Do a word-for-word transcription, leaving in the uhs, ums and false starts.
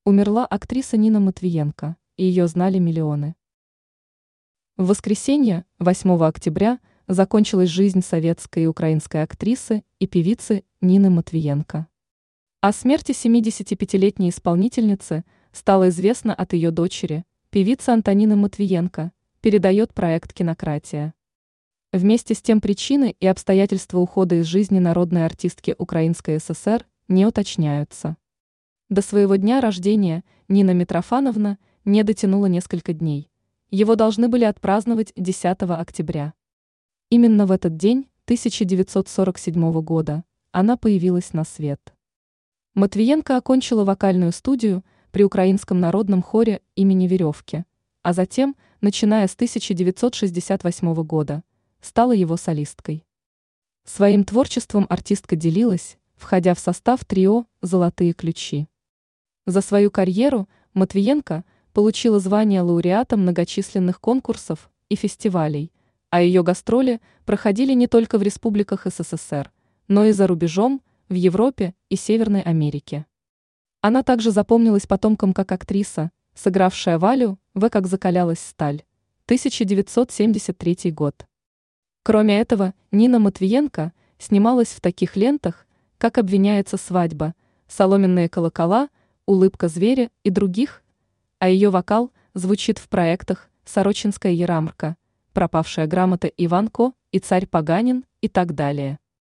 Умерла актриса Нина Матвиенко, и ее знали миллионы. В воскресенье, восьмого октября, закончилась жизнь советской и украинской актрисы и певицы Нины Матвиенко. О смерти семидесятипятилетней исполнительницы стало известно от ее дочери, певицы Антонины Матвиенко, передает проект «Кинократия». Вместе с тем причины и обстоятельства ухода из жизни народной артистки Украинской ССР не уточняются. До своего дня рождения Нина Митрофановна не дотянула несколько дней. Его должны были отпраздновать десятого октября. Именно в этот день тысяча девятьсот сорок седьмого года она появилась на свет. Матвиенко окончила вокальную студию при Украинском народном хоре имени Веревки, а затем, начиная с тысяча девятьсот шестьдесят восьмого года, стала его солисткой. Своим творчеством артистка делилась, входя в состав трио «Золотые ключи». За свою карьеру Матвиенко получила звание лауреата многочисленных конкурсов и фестивалей, а ее гастроли проходили не только в республиках СССР, но и за рубежом, в Европе и Северной Америке. Она также запомнилась потомкам как актриса, сыгравшая Валю в «Как закалялась сталь», тысяча девятьсот семьдесят третий год. Кроме этого, Нина Матвиенко снималась в таких лентах, как «Обвиняется свадьба», «Соломенные колокола», «Улыбка зверя» и других, а ее вокал звучит в проектах «Сорочинская ярамрка», «Пропавшая грамота Иван Ко» и «Царь Паганин» и так далее.